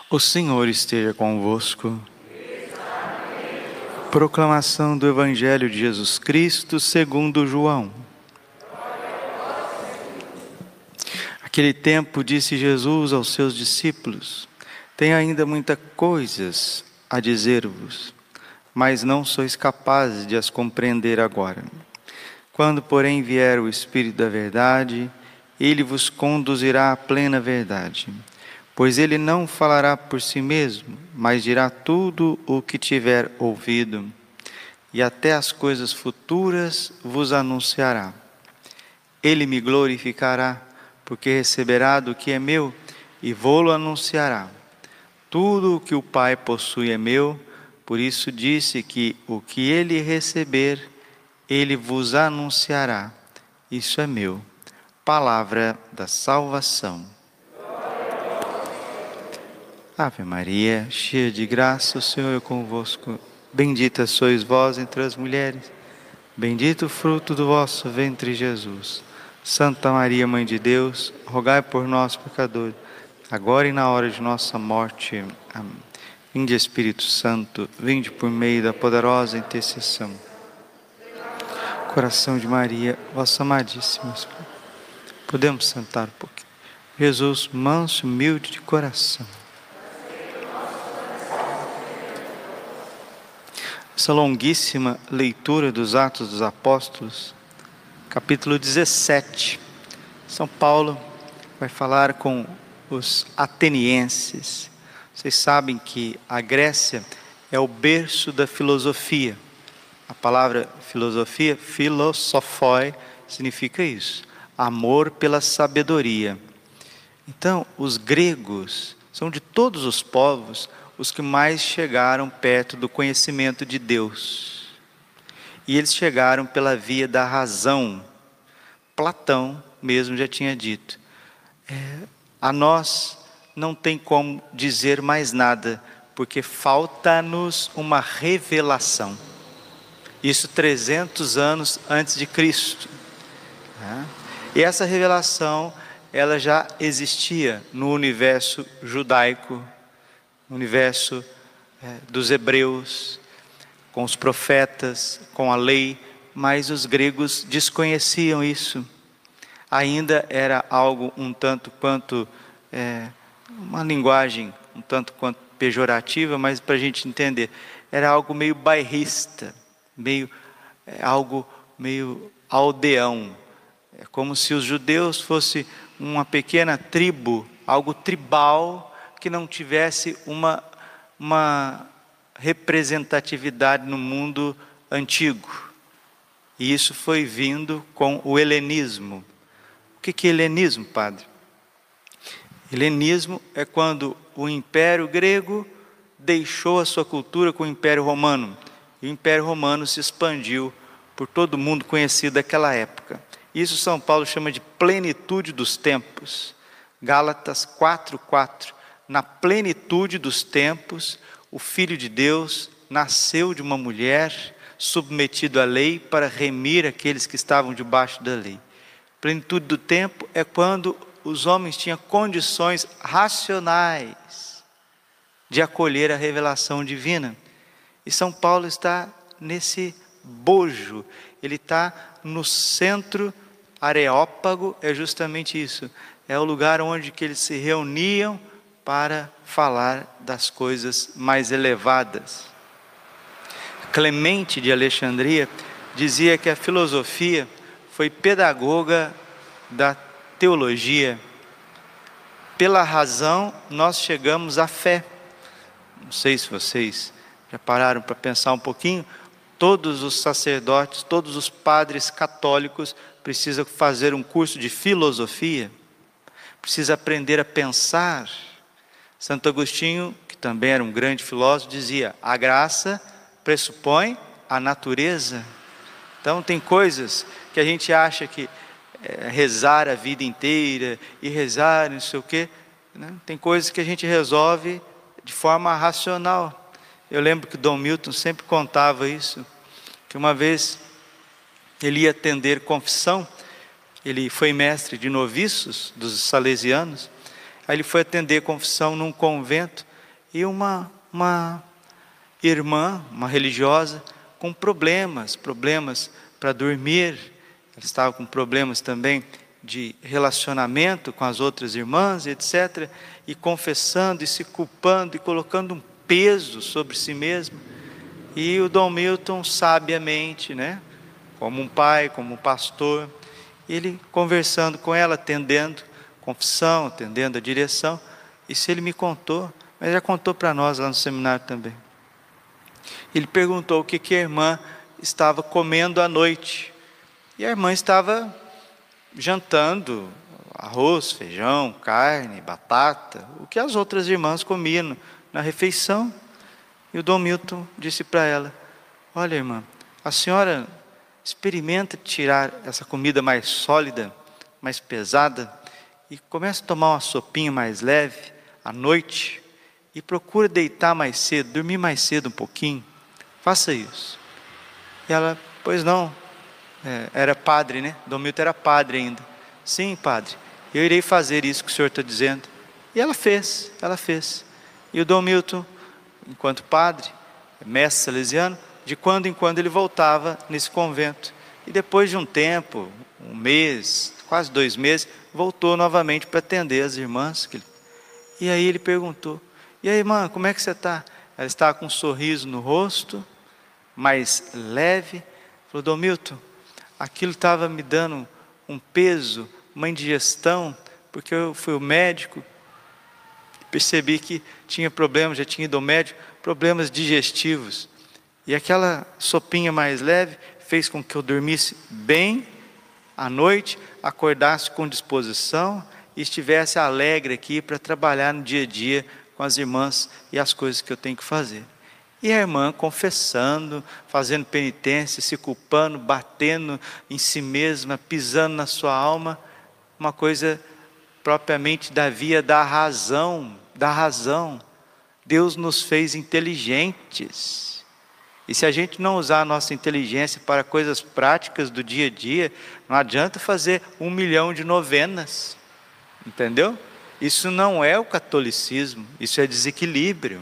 O Senhor esteja convosco. Proclamação do Evangelho de Jesus Cristo segundo João. Naquele tempo disse Jesus aos seus discípulos: tenho ainda muitas coisas a dizer-vos, mas não sois capazes de as compreender agora. Quando, porém, vier o Espírito da verdade, ele vos conduzirá à plena verdade. Pois ele não falará por si mesmo, mas dirá tudo o que tiver ouvido, e até as coisas futuras vos anunciará. Ele me glorificará, porque receberá do que é meu, e vô-lo anunciará. Tudo o que o Pai possui é meu, por isso disse que o que ele receber, ele vos anunciará. Isso é meu. Palavra da salvação. Ave Maria, cheia de graça, o Senhor é convosco. Bendita sois vós entre as mulheres. Bendito o fruto do vosso ventre, Jesus. Santa Maria, Mãe de Deus, rogai por nós, pecadores, agora e na hora de nossa morte. Amém. Vinde, Espírito Santo, vinde por meio da poderosa intercessão. Coração de Maria, vossa amadíssima esposa. Podemos sentar um pouquinho. Jesus, manso e humilde de coração. Essa longuíssima leitura dos Atos dos Apóstolos, capítulo 17. São Paulo vai falar com os atenienses. Vocês sabem que a Grécia é o berço da filosofia. A palavra filosofia, philosophoi, significa isso: amor pela sabedoria. Então, os gregos são de todos os povos os que mais chegaram perto do conhecimento de Deus. E eles chegaram pela via da razão. Platão mesmo já tinha dito: a nós não tem como dizer mais nada, porque falta-nos uma revelação. Isso 300 anos antes de Cristo. E essa revelação, ela já existia no universo judaico, no universo dos hebreus, com os profetas, com a lei, mas os gregos desconheciam isso. Ainda era algo um tanto quanto, uma linguagem um tanto quanto pejorativa, mas para a gente entender, era algo meio bairrista, algo meio aldeão. É como se os judeus fossem uma pequena tribo, algo tribal, que não tivesse uma representatividade no mundo antigo. E isso foi vindo com o helenismo. O que é helenismo, padre? Helenismo é quando o Império Grego deixou a sua cultura com o Império Romano. E o Império Romano se expandiu por todo o mundo conhecido daquela época. Isso São Paulo chama de plenitude dos tempos. Gálatas 4:4. Na plenitude dos tempos, o Filho de Deus nasceu de uma mulher, submetido à lei, para remir aqueles que estavam debaixo da lei. Plenitude do tempo é quando os homens tinham condições racionais de acolher a revelação divina. E São Paulo está nesse bojo, ele está no centro. Areópago é justamente isso, é o lugar onde que eles se reuniam para falar das coisas mais elevadas. Clemente de Alexandria dizia que a filosofia foi pedagoga da teologia. Pela razão nós chegamos à fé. Não sei se vocês já pararam para pensar um pouquinho. Todos os sacerdotes, todos os padres católicos precisam fazer um curso de filosofia, precisam aprender a pensar. Santo Agostinho, que também era um grande filósofo, dizia: a graça pressupõe a natureza. Então tem coisas que a gente acha que rezar a vida inteira e rezar não sei o quê, né? Tem coisas que a gente resolve de forma racional. Eu lembro que Dom Milton sempre contava isso, que uma vez ele ia atender confissão, ele foi mestre de noviços dos salesianos, aí ele foi atender confissão num convento, e uma irmã, uma religiosa, com problemas para dormir. Ela estava com problemas também de relacionamento com as outras irmãs, etc. E confessando e se culpando e colocando um peso sobre si mesma. E o Dom Milton, sabiamente, né, como um pai, como um pastor, ele conversando com ela, atendendo confissão, atendendo a direção. Isso ele me contou, mas já contou para nós lá no seminário também. Ele perguntou o que a irmã estava comendo à noite. E a irmã estava jantando arroz, feijão, carne, batata, o que as outras irmãs comiam na refeição. E o Dom Milton disse para ela: olha, irmã, a senhora experimenta tirar essa comida mais sólida, mais pesada, e começa a tomar uma sopinha mais leve à noite, e procura deitar mais cedo, dormir mais cedo um pouquinho. Faça isso. E ela: pois não. Era padre, né? Dom Milton era padre ainda. Sim, padre, eu irei fazer isso que o senhor está dizendo. E ela fez. E o Dom Milton, enquanto padre, mestre salesiano, de quando em quando ele voltava nesse convento. E depois de um tempo, um mês, quase 2 meses, voltou novamente para atender as irmãs. E aí ele perguntou: e aí, irmã, como é que você está? Ela estava com um sorriso no rosto, mais leve. Falou: Dom Milton, aquilo estava me dando um peso, uma indigestão, porque eu fui ao médico, percebi que tinha problemas, já tinha ido ao médico, problemas digestivos. E aquela sopinha mais leve fez com que eu dormisse bem à noite, acordasse com disposição e estivesse alegre aqui para trabalhar no dia a dia com as irmãs e as coisas que eu tenho que fazer. E a irmã confessando, fazendo penitência, se culpando, batendo em si mesma, pisando na sua alma, uma coisa propriamente da via da razão. Deus nos fez inteligentes. E se a gente não usar a nossa inteligência para coisas práticas do dia a dia, não adianta fazer 1 milhão de novenas. Entendeu? Isso não é o catolicismo, isso é desequilíbrio.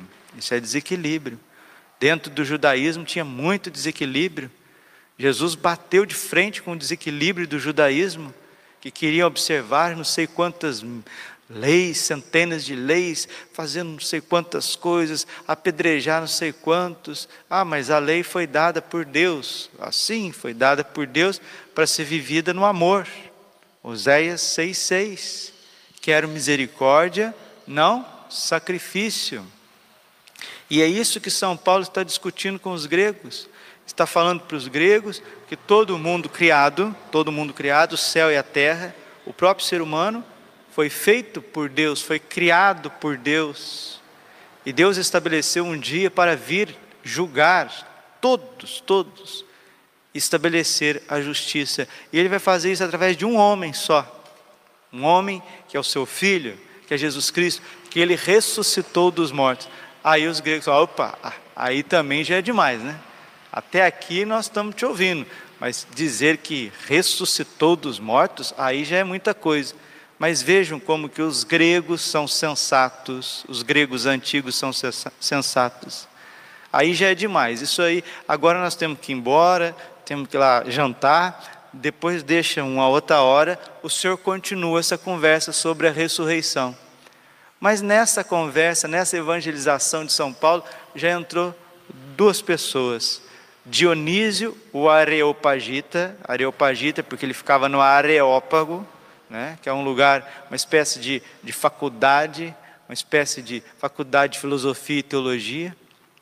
Dentro do judaísmo tinha muito desequilíbrio. Jesus bateu de frente com o desequilíbrio do judaísmo, que queria observar não sei quantas leis, centenas de leis, fazendo não sei quantas coisas, apedrejar não sei quantos. Mas a lei foi dada por Deus. Assim, foi dada por Deus para ser vivida no amor. Oséias 6,6. Quero misericórdia, não sacrifício. E é isso que São Paulo está discutindo com os gregos. Está falando para os gregos que todo mundo criado, o céu e a terra, o próprio ser humano, foi feito por Deus, foi criado por Deus. E Deus estabeleceu um dia para vir julgar todos, estabelecer a justiça. E Ele vai fazer isso através de um homem só. Um homem que é o seu Filho, que é Jesus Cristo, que Ele ressuscitou dos mortos. Aí os gregos falam: opa, aí também já é demais, né? Até aqui nós estamos te ouvindo, mas dizer que ressuscitou dos mortos, aí já é muita coisa. Mas vejam como que os gregos são sensatos, os gregos antigos são sensatos. Aí já é demais, isso aí, agora nós temos que ir embora, temos que ir lá jantar, depois deixa uma outra hora, o Senhor continua essa conversa sobre a ressurreição. Mas nessa conversa, nessa evangelização de São Paulo, já entrou 2 pessoas. Dionísio, o Areopagita porque ele ficava no Areópago, né, que é um lugar, uma espécie de faculdade, uma espécie de faculdade de filosofia e teologia.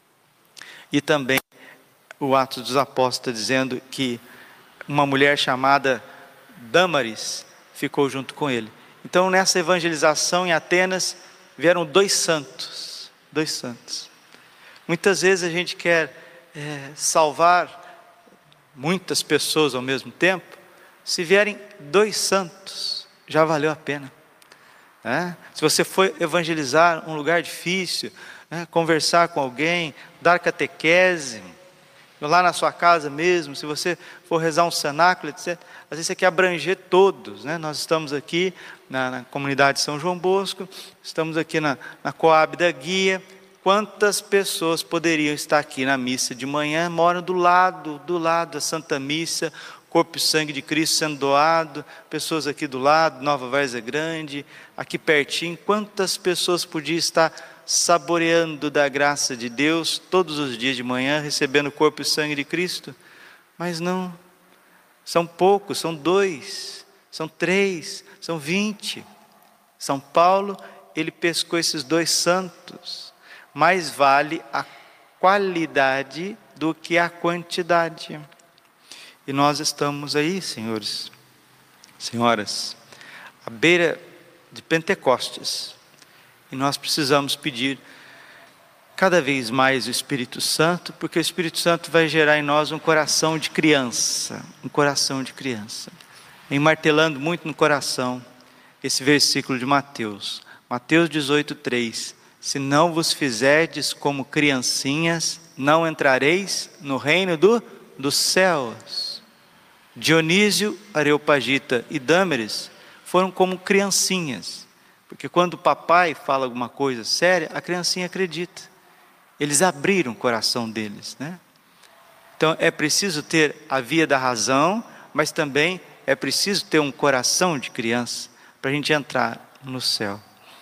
E também o Atos dos Apóstolos está dizendo que uma mulher chamada Dâmaris ficou junto com ele. Então nessa evangelização em Atenas, vieram 2 santos. Muitas vezes a gente quer salvar muitas pessoas ao mesmo tempo. Se vierem 2 santos, já valeu a pena. Se você for evangelizar um lugar difícil, conversar com alguém, dar catequese, lá na sua casa mesmo, se você for rezar um cenáculo, etc. Às vezes você quer abranger todos, né? Nós estamos aqui na comunidade de São João Bosco, estamos aqui na Coab da Guia, Quantas pessoas poderiam estar aqui na missa de manhã, moram do lado da Santa Missa, corpo e sangue de Cristo sendo doado, pessoas aqui do lado, Nova Várzea Grande, aqui pertinho. Quantas pessoas podiam estar saboreando da graça de Deus todos os dias de manhã, recebendo o corpo e sangue de Cristo? Mas não, são poucos, são 2, são 3, são 20. São Paulo, ele pescou esses 2 santos. Mais vale a qualidade do que a quantidade. E nós estamos aí, senhores, senhoras, à beira de Pentecostes. E nós precisamos pedir cada vez mais o Espírito Santo, porque o Espírito Santo vai gerar em nós um coração de criança. Um coração de criança. Vem martelando muito no coração esse versículo de Mateus. Mateus 18:3. Se não vos fizerdes como criancinhas, não entrareis no reino dos céus. Dionísio, Areopagita e Dâmeres foram como criancinhas, porque quando o papai fala alguma coisa séria, a criancinha acredita. Eles abriram o coração deles, né? Então é preciso ter a via da razão, mas também é preciso ter um coração de criança para a gente entrar no céu.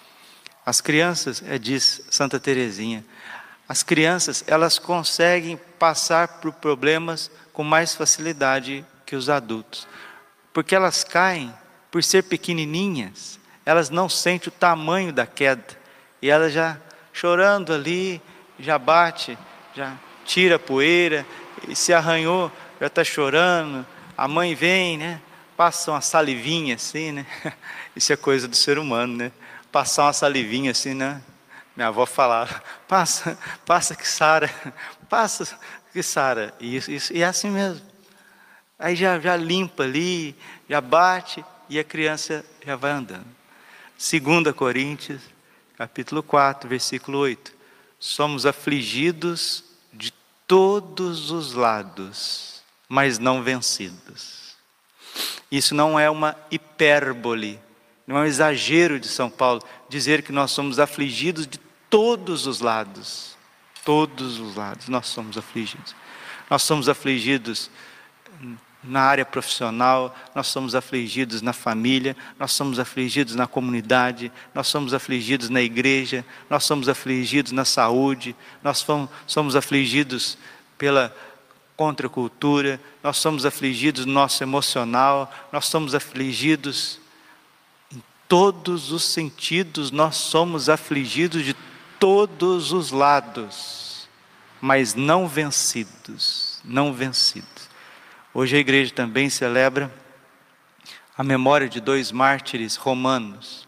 As crianças, diz Santa Teresinha, as crianças, elas conseguem passar por problemas com mais facilidade que os adultos, porque elas caem, por ser pequenininhas, elas não sentem o tamanho da queda, e elas já chorando ali, já bate, já tira a poeira, e se arranhou, já está chorando, a mãe vem, né? Passa uma salivinha assim, né? Isso é coisa do ser humano, né? Passar uma salivinha assim, né? Minha avó falava, passa que sara, passa que sara. E é assim mesmo. Aí já limpa ali, já bate e a criança já vai andando. 2 Coríntios, capítulo 4, versículo 8. Somos afligidos de todos os lados, mas não vencidos. Isso não é uma hipérbole, não é um exagero de São Paulo, dizer que nós somos afligidos de todos os lados. Todos os lados nós somos afligidos. Nós somos afligidos na área profissional, nós somos afligidos na família, nós somos afligidos na comunidade, nós somos afligidos na igreja, nós somos afligidos na saúde, nós somos afligidos pela contracultura, nós somos afligidos no nosso emocional, nós somos afligidos em todos os sentidos, nós somos afligidos de todos os lados, mas não vencidos, não vencidos. Hoje a igreja também celebra a memória de 2 mártires romanos,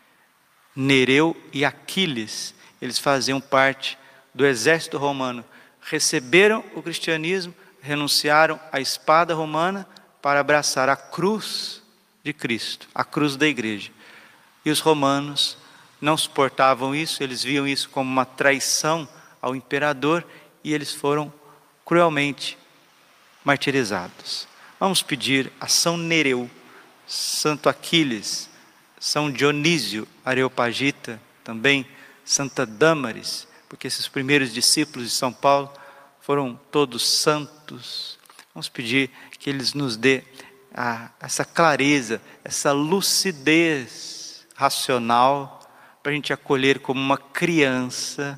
Nereu e Aquiles. Eles faziam parte do exército romano, receberam o cristianismo, renunciaram à espada romana para abraçar a cruz de Cristo, a cruz da igreja. E os romanos não suportavam isso, eles viam isso como uma traição ao imperador e eles foram cruelmente martirizados. Vamos pedir a São Nereu, Santo Aquiles, São Dionísio Areopagita, também Santa Dâmaris, porque esses primeiros discípulos de São Paulo foram todos santos. Vamos pedir que eles nos dê essa clareza, essa lucidez racional, para a gente acolher como uma criança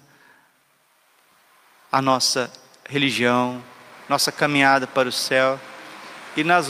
a nossa religião, nossa caminhada para o céu, e nas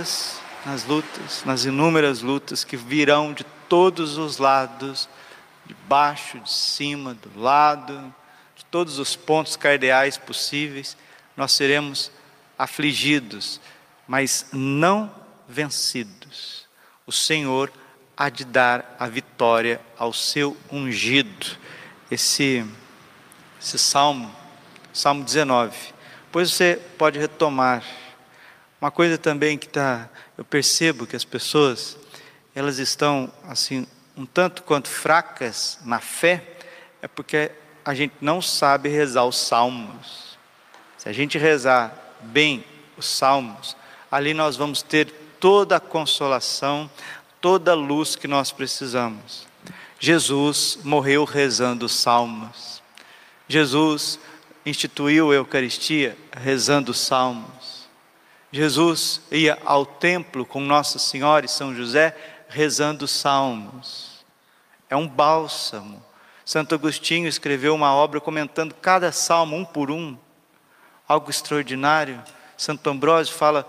inúmeras lutas que virão de todos os lados, de baixo, de cima, do lado, de todos os pontos cardeais possíveis, nós seremos afligidos, mas não vencidos. O Senhor há de dar a vitória ao seu ungido. Esse Salmo 19. Depois você pode retomar. Uma coisa também que eu percebo que as pessoas, elas estão assim, um tanto quanto fracas na fé, é porque a gente não sabe rezar os salmos. Se a gente rezar bem os salmos, ali nós vamos ter toda a consolação, toda a luz que nós precisamos. Jesus morreu rezando os salmos. Jesus instituiu a Eucaristia rezando os salmos. Jesus ia ao templo com Nossa Senhora e São José rezando os salmos. É um bálsamo. Santo Agostinho escreveu uma obra comentando cada salmo um por um, algo extraordinário. Santo Ambrósio fala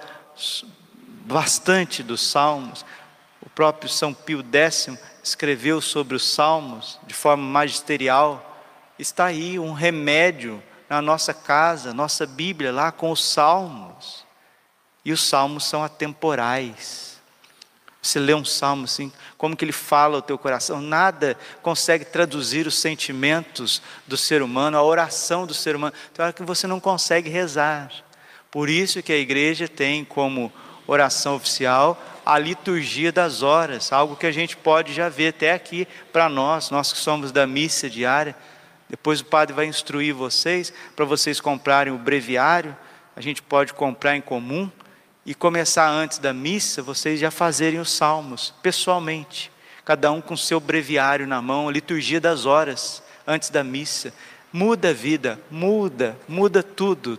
bastante dos salmos. O próprio São Pio X escreveu sobre os salmos de forma magisterial. Está aí um remédio na nossa casa, nossa Bíblia lá com os salmos. E os salmos são atemporais. Você lê um salmo assim, como que ele fala ao teu coração? Nada consegue traduzir os sentimentos do ser humano, a oração do ser humano. Tem hora que você não consegue rezar. Por isso que a igreja tem como oração oficial a liturgia das horas, algo que a gente pode já ver até aqui para nós que somos da missa diária. Depois o padre vai instruir vocês, para vocês comprarem o breviário, a gente pode comprar em comum, e começar antes da missa, vocês já fazerem os salmos, pessoalmente, cada um com seu breviário na mão, a liturgia das horas, antes da missa. Muda a vida, muda tudo.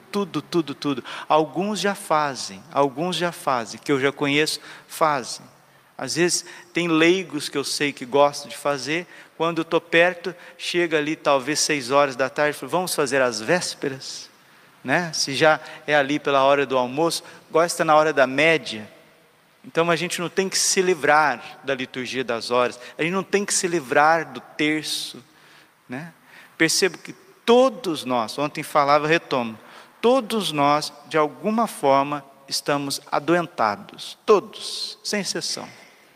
Alguns já fazem, que eu já conheço, fazem. Às vezes tem leigos que eu sei que gostam de fazer, quando eu estou perto, chega ali talvez 6 horas da tarde, falo, vamos fazer as vésperas? Né? Se já é ali pela hora do almoço, gosta na hora da média. Então a gente não tem que se livrar da liturgia das horas, a gente não tem que se livrar do terço, né? Percebo que todos nós, ontem falava, retomo, todos nós de alguma forma estamos adoentados, todos, sem exceção.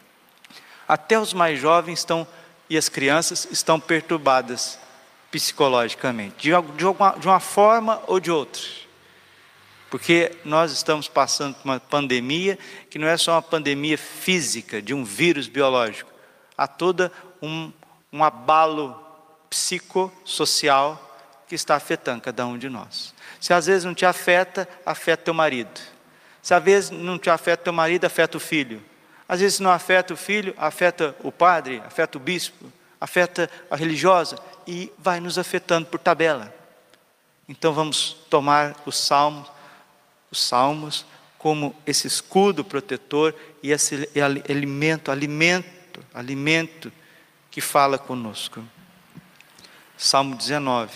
Até os mais jovens estão, e as crianças estão perturbadas psicologicamente, de uma forma ou de outra. Porque nós estamos passando por uma pandemia, que não é só uma pandemia física, de um vírus biológico. Há todo um abalo psicossocial que está afetando cada um de nós. Se às vezes não te afeta, afeta teu marido. Se às vezes não te afeta teu marido, afeta o filho. Às vezes não afeta o filho, afeta o padre, afeta o bispo, afeta a religiosa, e vai nos afetando por tabela. Então vamos tomar os salmos como esse escudo protetor e esse alimento que fala conosco. Salmo 19.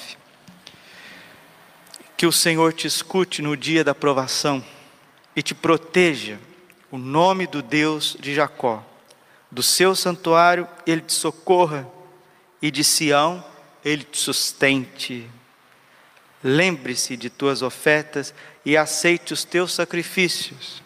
Que o Senhor te escute no dia da provação e te proteja, o nome do Deus de Jacó. Do seu santuário Ele te socorra e de Sião Ele te sustente. Lembre-se de tuas ofertas e aceite os teus sacrifícios.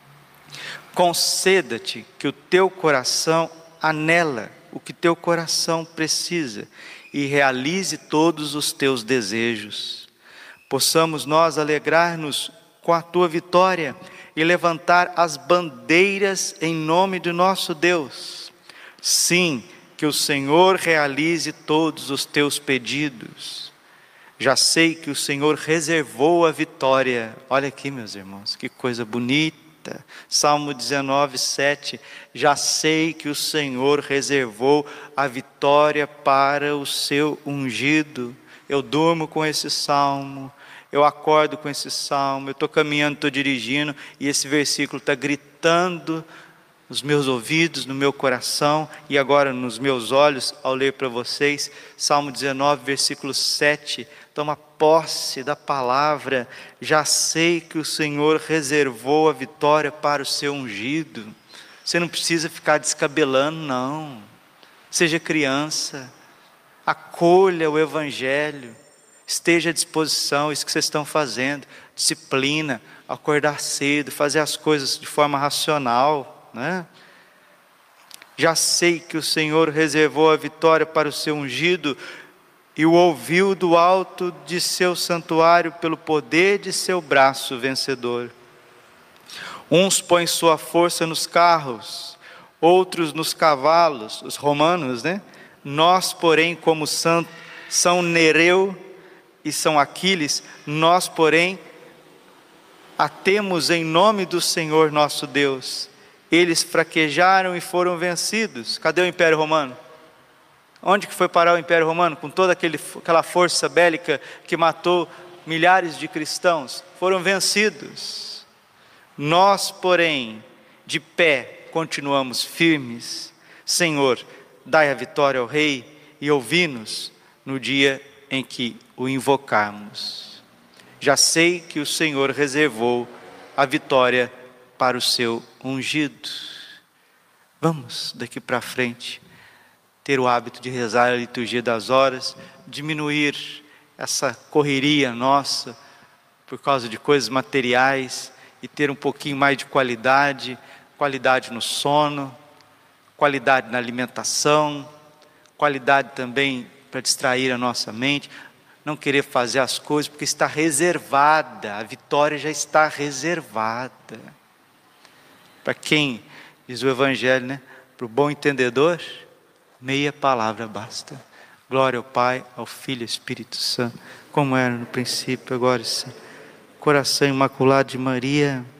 Conceda-te que o teu coração anela o que teu coração precisa e realize todos os teus desejos. Possamos nós alegrar-nos com a tua vitória e levantar as bandeiras em nome do nosso Deus. Sim, que o Senhor realize todos os teus pedidos. Já sei que o Senhor reservou a vitória. Olha aqui, meus irmãos, que coisa bonita. Salmo 19, 7. Já sei que o Senhor reservou a vitória para o seu ungido. Eu durmo com esse salmo, eu acordo com esse salmo, eu estou caminhando, estou dirigindo, e esse versículo está gritando nos meus ouvidos, no meu coração, e agora nos meus olhos, ao ler para vocês. Salmo 19, versículo 7, toma posse da palavra. Já sei que o Senhor reservou a vitória para o seu ungido. Você não precisa ficar descabelando, não. Seja criança, acolha o Evangelho, esteja à disposição, isso que vocês estão fazendo, disciplina, acordar cedo, fazer as coisas de forma racional, né? Já sei que o Senhor reservou a vitória para o seu ungido e o ouviu do alto de seu santuário pelo poder de seu braço vencedor. Uns põem sua força nos carros, outros nos cavalos, os romanos, né? Nós, porém, como São Nereu e São Aquiles, nós, porém, a temos em nome do Senhor nosso Deus. Eles fraquejaram e foram vencidos. Cadê o Império Romano? Onde que foi parar o Império Romano com toda aquela força bélica que matou milhares de cristãos? Foram vencidos. Nós, porém, de pé, continuamos firmes. Senhor, dai a vitória ao Rei e ouvi-nos no dia em que o invocarmos. Já sei que o Senhor reservou a vitória para o seu ungido. Vamos daqui para frente ter o hábito de rezar a liturgia das horas, diminuir essa correria nossa por causa de coisas materiais e ter um pouquinho mais de qualidade no sono, qualidade na alimentação, qualidade também para distrair a nossa mente, não querer fazer as coisas porque está reservada, a vitória já está reservada. Para quem, diz o Evangelho, né? Para o bom entendedor, meia palavra basta. Glória ao Pai, ao Filho e ao Espírito Santo, como era no princípio, agora e sempre. Coração imaculado de Maria.